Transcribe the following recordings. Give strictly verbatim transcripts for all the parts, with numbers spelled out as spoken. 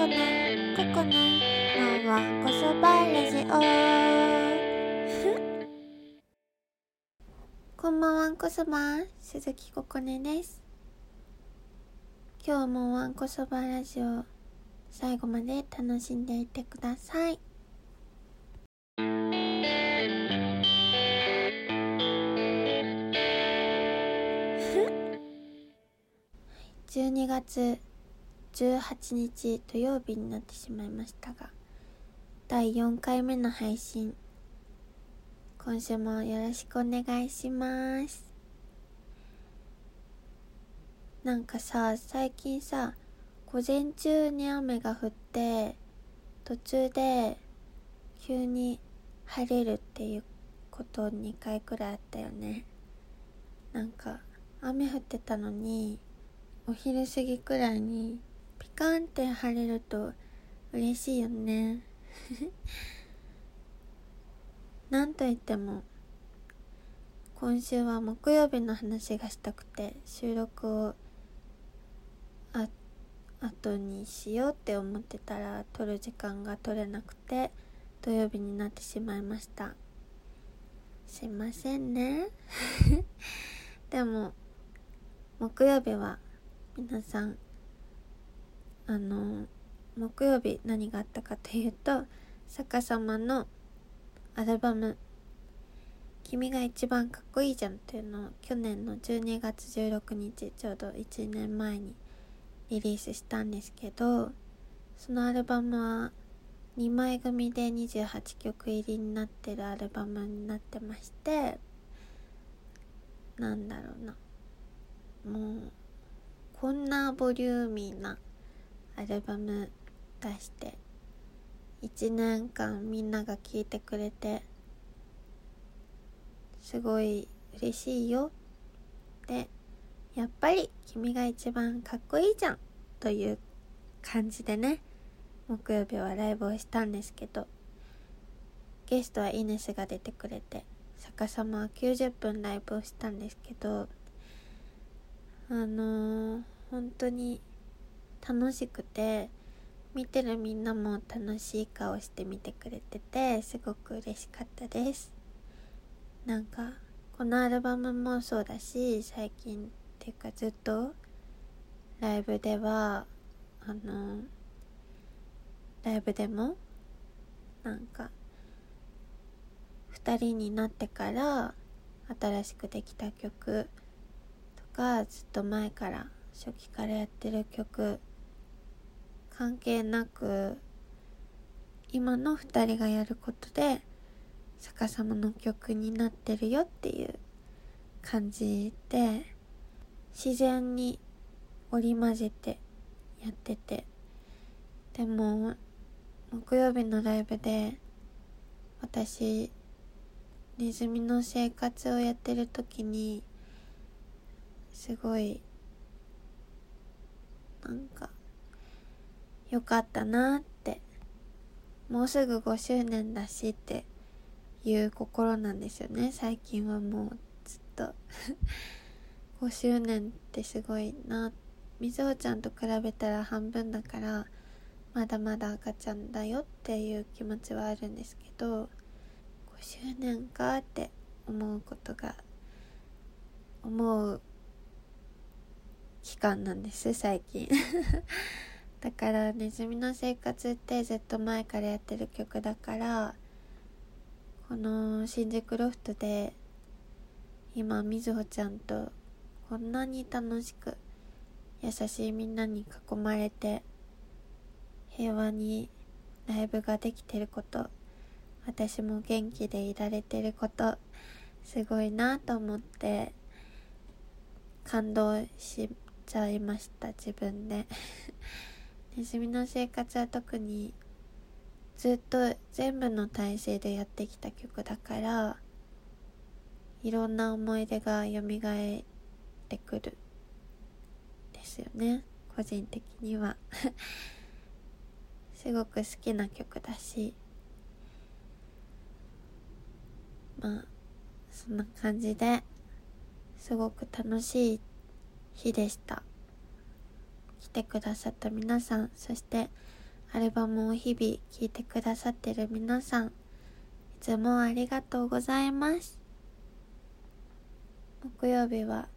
このここののわんこそばラジオこんばんわんこそば、鈴木ここねです。今日もわんこそばラジオ最後まで楽しんでいってください。じゅうにがつじゅうはちにち土曜日になってしまいましたが、だいよんかいめの配信、今週もよろしくお願いします。なんかさ、最近さ、午前中に雨が降って途中で急に晴れるっていうことにかいくらいあったよね。なんか雨降ってたのにお昼過ぎくらいにピカンって晴れると嬉しいよねなんといっても今週は木曜日の話がしたくて、収録をあ後にしようって思ってたら撮る時間が取れなくて土曜日になってしまいました。すいませんねでも木曜日は皆さん、あの木曜日何があったかというと、逆さまのアルバム君が一番かっこいいじゃんっていうのを去年のじゅうにがつじゅうろくにち、ちょうどいちねんまえにリリースしたんですけど、そのアルバムはにまい組でにじゅうはちきょく入りになってるアルバムになってまして、なんだろうな、もうこんなボリューミーなアルバム出していちねんかんみんなが聴いてくれてすごい嬉しいよ。で、やっぱり君が一番かっこいいじゃんという感じでね、木曜日はライブをしたんですけど、ゲストはイネスが出てくれて、逆さまはきゅうじゅっぷんライブをしたんですけど、あのー、本当に楽しくて、見てるみんなも楽しい顔して見てくれてて、すごく嬉しかったです。なんかこのアルバムもそうだし、最近っていうかずっとライブではあのライブでもなんかふたりになってから新しくできた曲とか、ずっと前から初期からやってる曲関係なく今のふたりがやることで逆さまの曲になってるよっていう感じで、自然に織り交ぜてやってて、でも木曜日のライブで私ネズミの生活をやってる時にすごいなんか良かったなって、もうすぐごしゅうねんだしっていう心なんですよね。最近はもうずっとごしゅうねんってすごいな、みずほちゃんと比べたら半分だからまだまだ赤ちゃんだよっていう気持ちはあるんですけど、ごしゅうねんかって思うことが思う期間なんです最近だからネズミの生活ってずっと前からやってる曲だから、この新宿ロフトで今みずほちゃんとこんなに楽しく優しいみんなに囲まれて平和にライブができてること、私も元気でいられてること、すごいなと思って感動しちゃいました自分でネズミの生活は特にずっと全部の体制でやってきた曲だから、いろんな思い出が蘇ってくるですよね、個人的にはすごく好きな曲だし、まあそんな感じですごく楽しい日でした。来てくださった皆さん、そしてアルバムを日々聴いてくださってる皆さん、いつもありがとうございます。木曜日は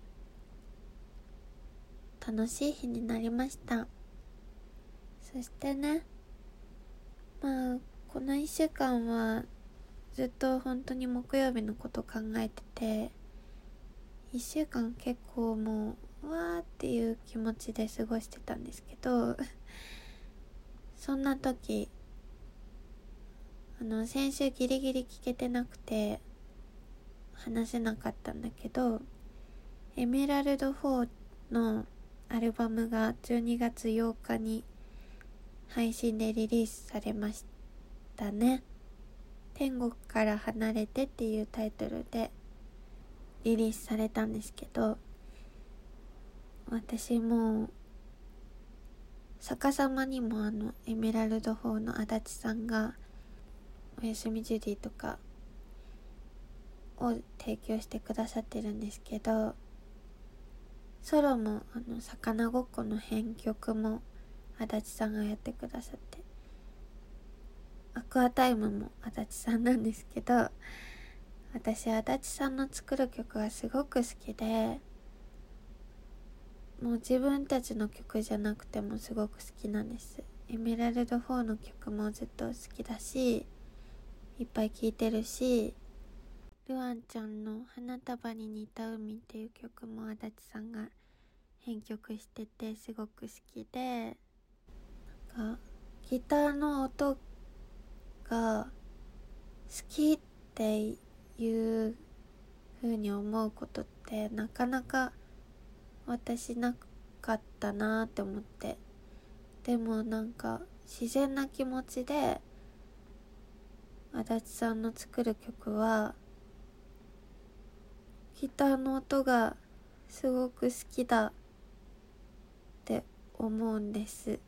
楽しい日になりました。そしてね、まあこのいっしゅうかんはずっと本当に木曜日のこと考えてて、いっしゅうかん結構もうわーっていう気持ちで過ごしてたんですけどそんな時、あの先週ギリギリ聞けてなくて話せなかったんだけど、エメラルドフォーのアルバムがじゅうにがつようかに配信でリリースされましたね。天国から離れてっていうタイトルでリリースされたんですけど、私もう逆さまにもあのエメラルドフォーの足立さんがおやすみジュディとかを提供してくださってるんですけど、ソロもあの魚ごっこの編曲も足立さんがやってくださって、アクアタイムも足立さんなんですけど、私足立さんの作る曲がすごく好きで、もう自分たちの曲じゃなくてもすごく好きなんです。エメラルドフォーの曲もずっと好きだし、いっぱい聴いてるし、ルアンちゃんの花束に似た海っていう曲も足立さんが編曲しててすごく好きで、なんかギターの音が好きっていう風に思うことってなかなか私なかったなって思って、でもなんか自然な気持ちで足立さんの作る曲はギターの音がすごく好きだって思うんです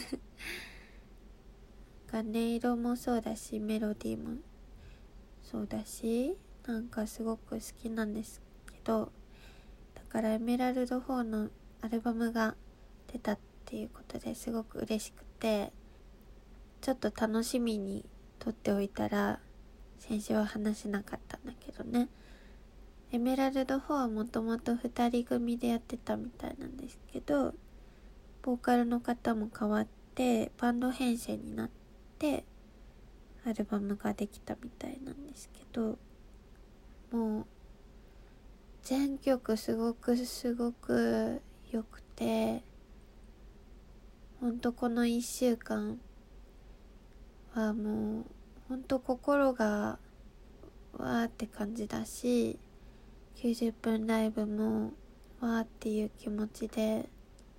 音色もそうだし、メロディーもそうだし、なんかすごく好きなんですけど、だからエメラルドフォーのアルバムが出たっていうことですごく嬉しくて、ちょっと楽しみに撮っておいたら先週は話せなかったんだけどね。エメラルドフォーはもともとふたり組でやってたみたいなんですけど、ボーカルの方も変わってバンド編成になってアルバムができたみたいなんですけど、もう全曲すごくすごく良くて、ほんとこのいっしゅうかんはもうほんと心がわーって感じだし、きゅうじゅっぷんライブもわーっていう気持ちで、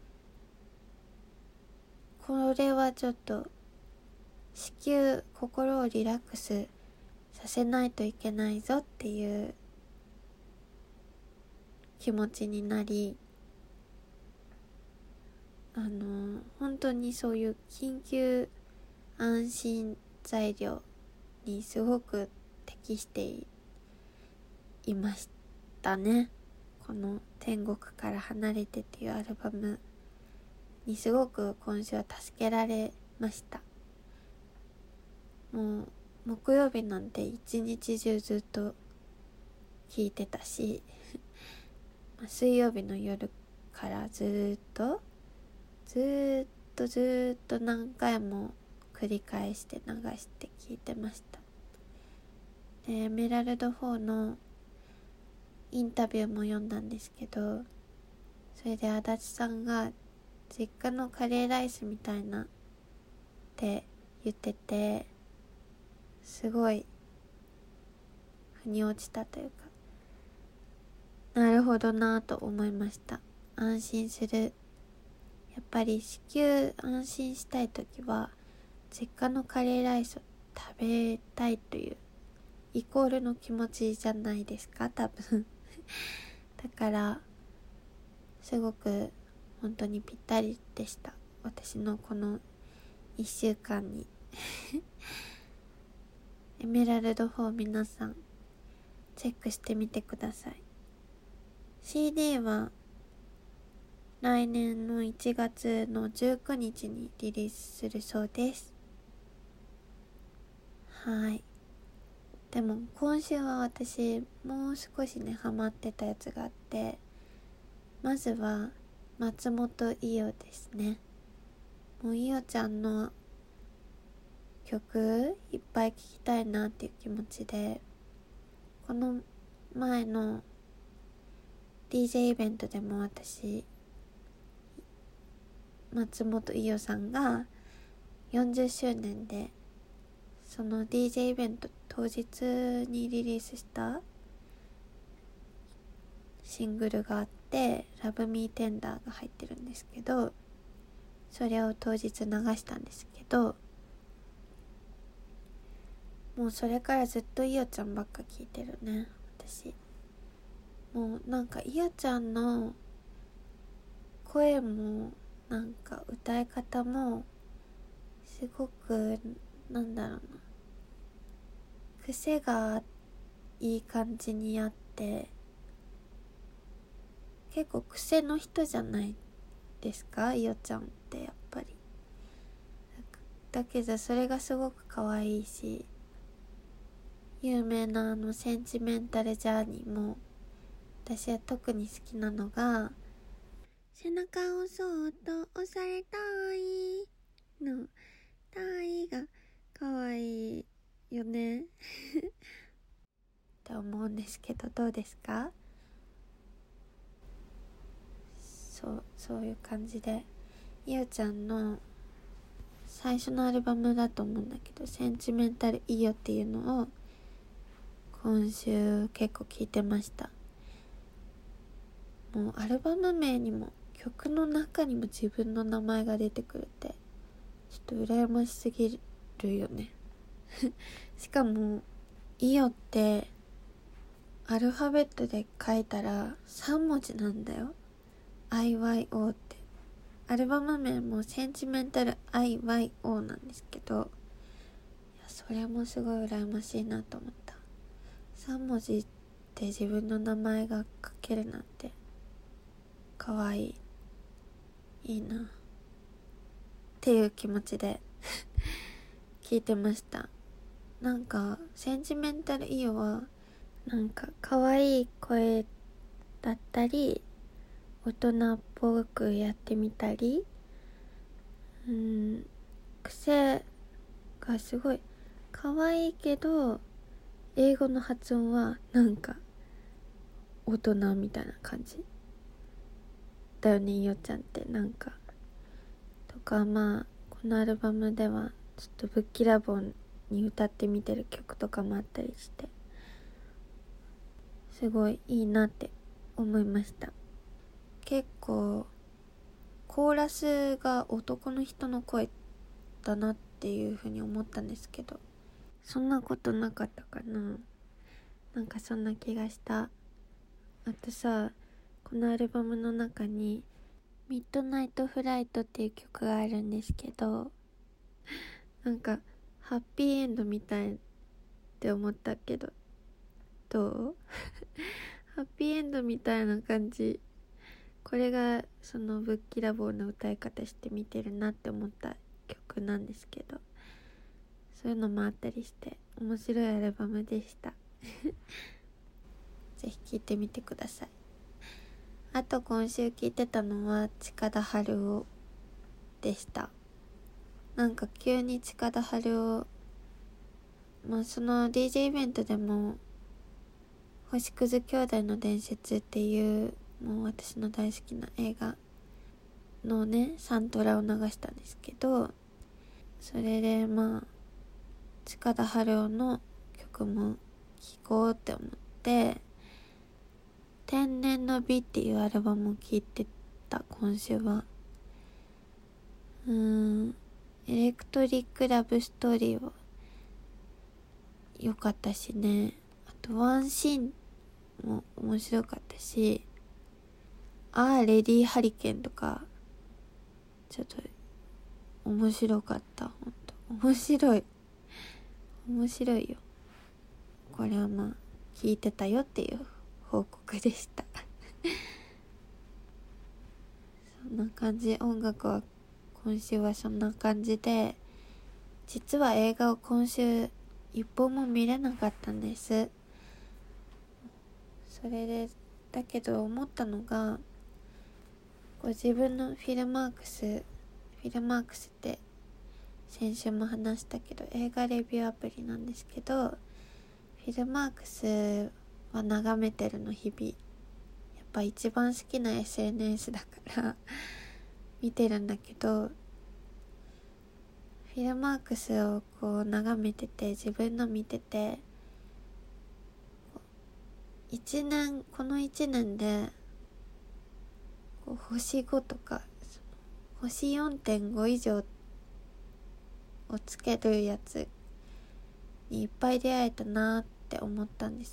これはちょっと至急心をリラックスさせないといけないぞっていう気持ちになり、あの本当にそういう緊急安心材料にすごく適していましたね。この天国から離れてっていうアルバムにすごく今週は助けられました。もう木曜日なんて一日中ずっと聴いてたし水曜日の夜からずっとずっとずっと何回も繰り返して流して聴いてました。でエメラルドフォーのインタビューも読んだんですけど、それで足立さんが実家のカレーライスみたいなって言ってて、すごい腑に落ちたというか、なるほどなぁと思いました。安心する、やっぱり至急安心したいときは実家のカレーライスを食べたいというイコールの気持ちじゃないですか、多分だからすごく本当にぴったりでした、私のこのいっしゅうかんにエメラルドフォー皆さんチェックしてみてください。 シーディー は来年のいちがつのじゅうくにちにリリースするそうです。はい。でも今週は私もう少しねハマってたやつがあって、まずは松本伊代ですね。もう伊代ちゃんの曲いっぱい聴きたいなっていう気持ちで、この前の ディージェー イベントでも私松本伊代さんがよんじゅっしゅうねんでその ディージェー イベント当日にリリースしたシングルがあって、ラブミーテンダーが入ってるんですけど、それを当日流したんですけど、もうそれからずっと伊代ちゃんばっか聴いてるね私。もうなんか伊代ちゃんの声もなんか歌い方もすごくなんだろうな、癖がいい感じにあって、結構癖の人じゃないですか伊代ちゃんってやっぱり。だけどそれがすごく可愛いし、有名なあのセンチメンタルジャーニーも私は特に好きなのが、背中をそーっと押されたいのたいが可愛いよねって思うんですけど、どうですか？そうそういう感じで、伊代ちゃんの最初のアルバムだと思うんだけど、センチメンタル伊代っていうのを今週結構聴いてました。もうアルバム名にも曲の中にも自分の名前が出てくるってちょっと羨ましすぎるよねしかも伊代ってアルファベットで書いたらさんもじなんだよ。 アイワイオー って。アルバム名もセンチメンタル アイワイオー なんですけど、いやそれもすごい羨ましいなと思った。さんもじって自分の名前が書けるなんてかわいい、いいなっていう気持ちで聞いてました。なんかセンチメンタルイオはなんか可愛い声だったり大人っぽくやってみたり、うん、癖がすごい可愛いけど英語の発音はなんか大人みたいな感じだよね、いよちゃんって。なんかとか、まあこのアルバムではちょっとぶっきらぼうに歌ってみてる曲とかもあったりして、すごいいいなって思いました。結構コーラスが男の人の声だなっていう風に思ったんですけど、そんなことなかったかな。なんかそんな気がした。あとさ、このアルバムの中にミッドナイトフライトっていう曲があるんですけど、なんかハッピーエンドみたいって思ったけど、どうハッピーエンドみたいな感じ。これがそのぶっきらぼうな歌い方してみてるなって思った曲なんですけど、そういうのもあったりして面白いアルバムでしたぜひ聴いてみてください。あと今週聴いてたのは近田春夫でした。なんか急に近田春夫、まあその ディージェー イベントでも星屑兄弟の伝説っていうもう私の大好きな映画のねサントラを流したんですけど、それでまあ近田春夫の曲も聴こうって思って天然の美っていうアルバムを聴いてた今週は。うーんエレクトリックラブストーリーは良かったしね、あとワンシーンも面白かったし、あーレディーハリケーンとかちょっと面白かった。ほんと面白い面白いよ。これはまあ聞いてたよっていう報告でしたんな感じ。音楽は今週はそんな感じで、実は映画を今週一本も見れなかったんです。それでだけど思ったのが、こう自分のフィルマークスフィルマークスって先週も話したけど映画レビューアプリなんですけど、フィルマークスは眺めてるの日々。やっぱ一番好きな エスエヌエス だから見てるんだけど、フィルマークスをこう眺めてて、自分の見てて、一年この一年でこう星ごとか星 よんてんご 以上をつけるやつにいっぱい出会えたなって思ったんです。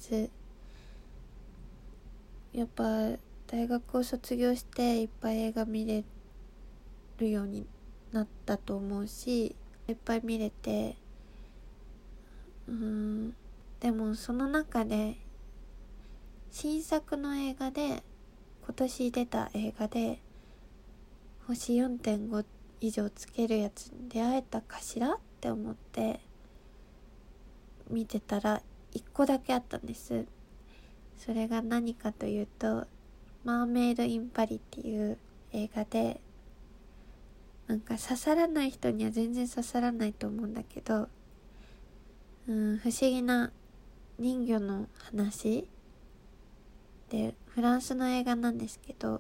やっぱ大学を卒業していっぱい映画見れるようになったと思うし、いっぱい見れて、うーんでもその中で新作の映画で、今年出た映画で星 よんてんご 以上つけるやつに出会えたかしらって思って見てたらいっこだけあったんです。それが何かというと、マーメイド・イン・パリっていう映画で、なんか刺さらない人には全然刺さらないと思うんだけど、うん、不思議な人魚の話で、フランスの映画なんですけど、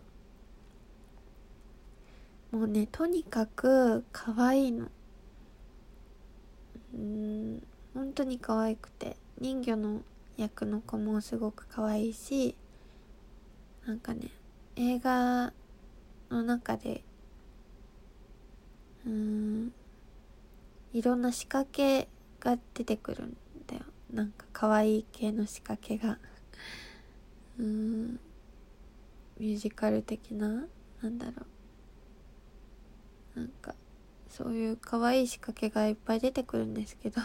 もうね、とにかく可愛いの。うーん本当に可愛くて、人魚の役の子もすごく可愛いし、なんかね、映画の中でうーんいろんな仕掛けが出てくるんだよ。なんか可愛い系の仕掛けがうーんミュージカル的な、なんだろう、なんかそういう可愛い仕掛けがいっぱい出てくるんですけど、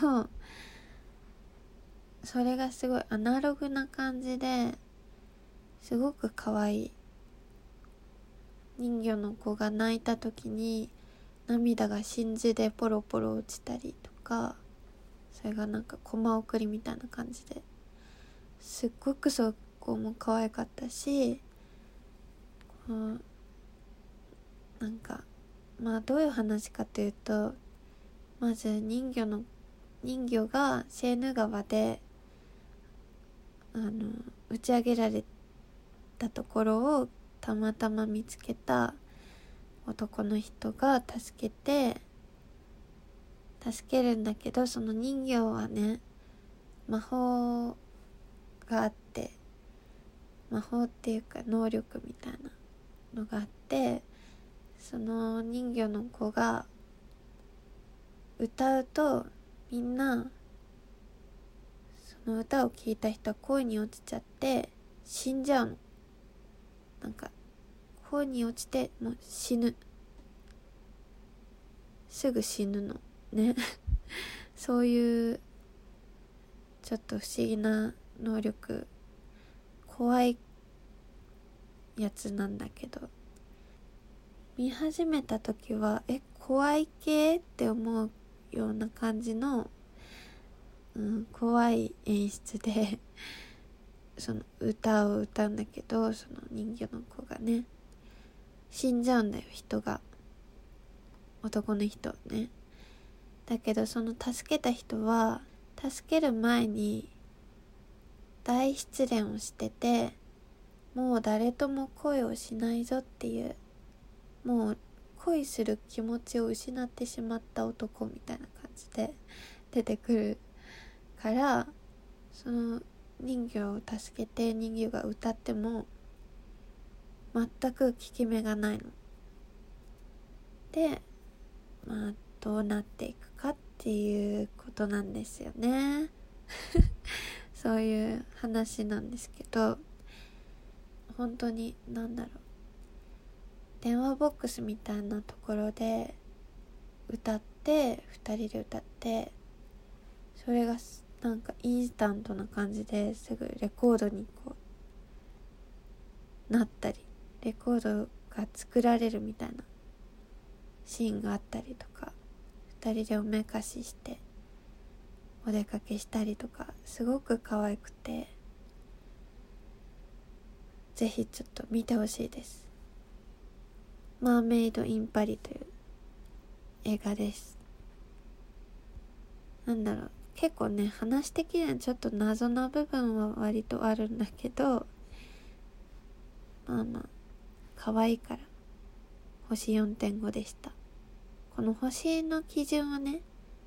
それがすごいアナログな感じですごく可愛い。人魚の子が泣いた時に涙が真珠でポロポロ落ちたりとか、それがなんかコマ送りみたいな感じですっごくそこも可愛かったし、こうなんかまあどういう話かというと、まず人魚の人魚がセーヌ川であの打ち上げられたところをたまたま見つけた男の人が助けて助けるんだけど、その人魚はね、魔法があって、魔法っていうか能力みたいなのがあって、その人魚の子が歌うとみんなその歌を聴いた人は恋に落ちちゃって死んじゃうの。なんか恋に落ちてもう死ぬ、すぐ死ぬのねそういうちょっと不思議な能力、怖いやつなんだけど、見始めた時はえ怖い系って思うような感じの、うん、怖い演出でその歌を歌うんだけど、その人魚の子がね死んじゃうんだよ、人が、男の人ね。だけどその助けた人は助ける前に大失恋をしてて、もう誰とも恋をしないぞっていう、もう恋する気持ちを失ってしまった男みたいな感じで出てくるから、その人魚を助けて人魚が歌っても全く効き目がないので、まあどうなっていくかっていうことなんですよねそういう話なんですけど、本当になんだろう、電話ボックスみたいなところで歌ってふたりで歌って、それがなんかインスタントな感じですぐレコードにこうなったり、レコードが作られるみたいなシーンがあったりとか、二人でおめかししてお出かけしたりとか、すごく可愛くて、ぜひちょっと見てほしいです。マーメイド・イン・パリという映画です。なんだろう、結構ね、話的にはちょっと謎な部分は割とあるんだけど、まあまあ可愛いから星 よんてんご でした。この星の基準はね、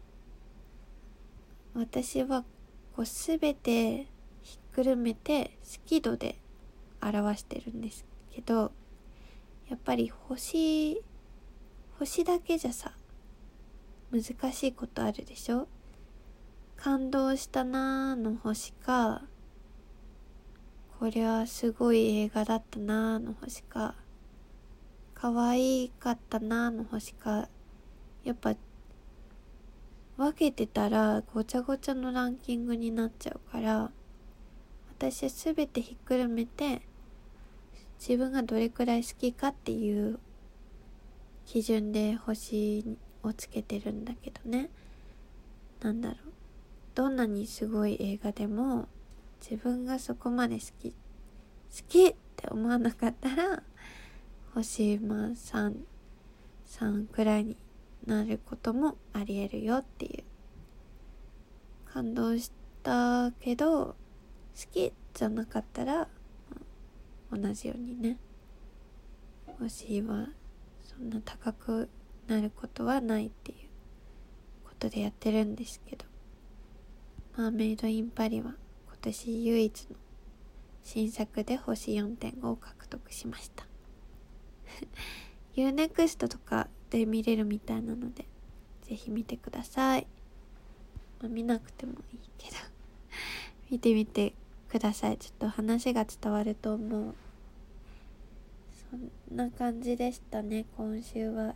私はこう全てひっくるめて好き度で表してるんですけど、やっぱり星星だけじゃさ難しいことあるでしょ。感動したなーの星か、これはすごい映画だったなーの星か、可愛かったなーの星か、やっぱ分けてたらごちゃごちゃのランキングになっちゃうから、私は全てひっくるめて自分がどれくらい好きかっていう基準で星をつけてるんだけどね。なんだろう、どんなにすごい映画でも自分がそこまで好き好きって思わなかったら星まあさん、さんくらいになることもあり得るよっていう。感動したけど好きじゃなかったら同じようにね、星はそんな高くなることはないっていうことでやってるんですけど、マーメイド・イン・パリは今年唯一の新作で星 よんてんご を獲得しました。ユーネクスト とかで見れるみたいなのでぜひ見てください。まあ、見なくてもいいけど見てみてください。ちょっと話が伝わると思う。そんな感じでしたね、今週は。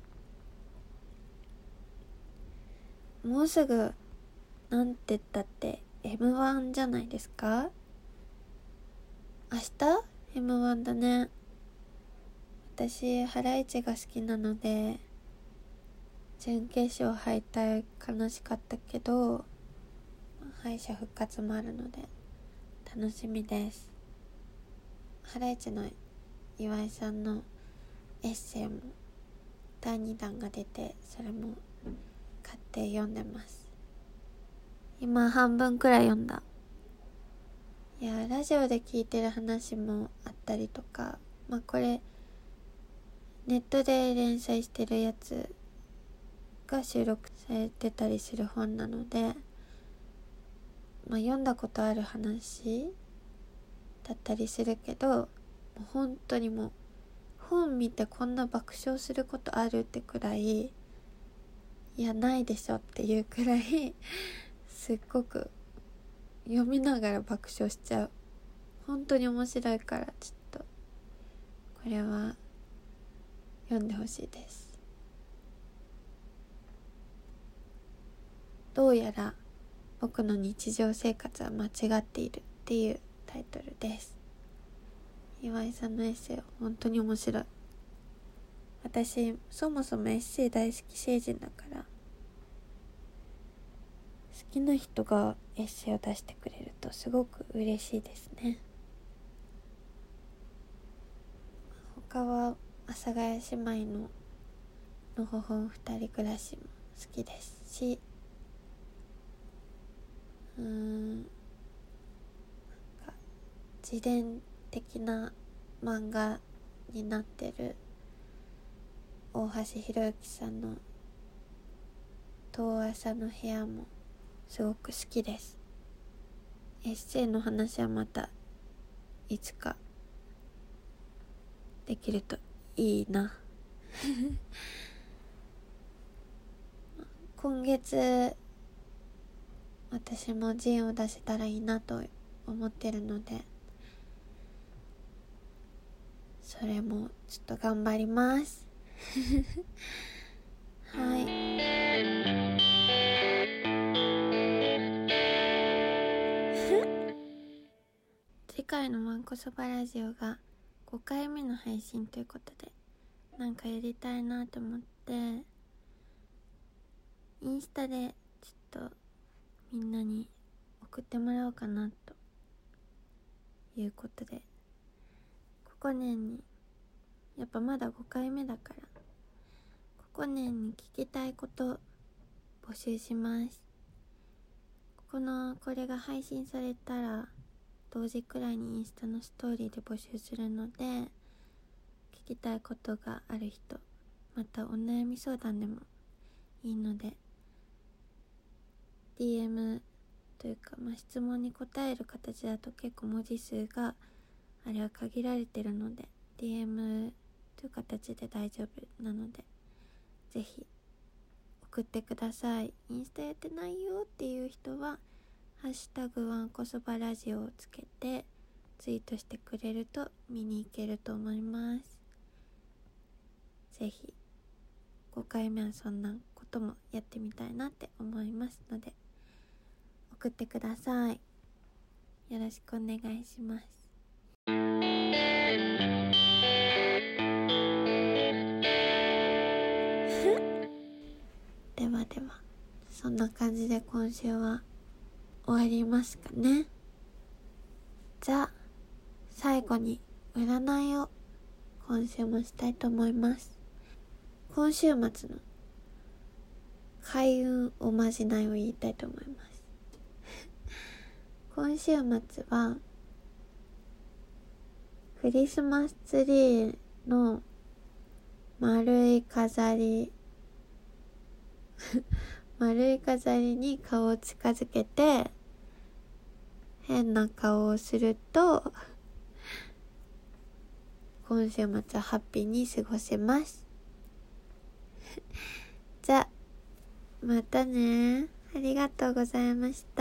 もうすぐなんて言ったって エムワン じゃないですか。明日 エムワン だね。私ハライチが好きなので準決勝敗退悲しかったけど、敗者復活もあるので楽しみです。ハライチの岩井さんのエッセイもだいにだんが出て、それも買って読んでます。今半分くらい読んだ。いや、ラジオで聞いてる話もあったりとか、まあこれネットで連載してるやつが収録されてたりする本なので、まあ読んだことある話だったりするけど、もう本当にもう本見てこんな爆笑することあるってくらい、いやないでしょっていうくらいすっごく読みながら爆笑しちゃう。本当に面白いから、ちょっとこれは読んでほしいです。どうやら僕の日常生活は間違っているっていうタイトルです。岩井さんのエッセイ本当に面白い。私そもそもエッセイ大好き成人だから、好きな人がエッセイを出してくれるとすごく嬉しいですね。他は阿佐ヶ谷姉妹ののほほん二人暮らしも好きですし、うーんなんか自伝的な漫画になってる大橋ひろゆきさんの遠朝の部屋もすごく好きです。エッセイの話はまたいつかできるといいな今月私もジンを出せたらいいなと思ってるので、それもちょっと頑張りますはい。次回のわんこそばラジオがごかいめの配信ということで、なんかやりたいなと思って、インスタでちょっとみんなに送ってもらおうかなということで、ここねんにやっぱまだごかいめだから、ここねんに聞きたいこと募集します。このこれが配信されたら同時くらいにインスタのストーリーで募集するので、聞きたいことがある人、またお悩み相談でもいいので ディーエム というか、まあ、質問に答える形だと結構文字数があれは限られてるので ディーエム という形で大丈夫なので、ぜひ送ってください。インスタやってないよっていう人はハッシュタグわんこそばラジオをつけてツイートしてくれると見に行けると思います。ぜひごかいめはそんなこともやってみたいなって思いますので、送ってください。よろしくお願いします。ではでは、そんな感じで今週は終わりますかね。じゃあ最後に占いを今週もしたいと思います。今週末の開運おまじないを言いたいと思います。今週末はクリスマスツリーの丸い飾り丸い飾りに顔を近づけて変な顔をすると今週末はハッピーに過ごせます。じゃあまたね。ありがとうございました。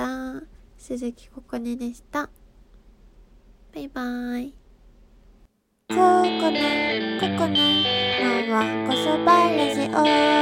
鈴木ここねでした。バイバイ。ここねここねのわんこそばラジオ。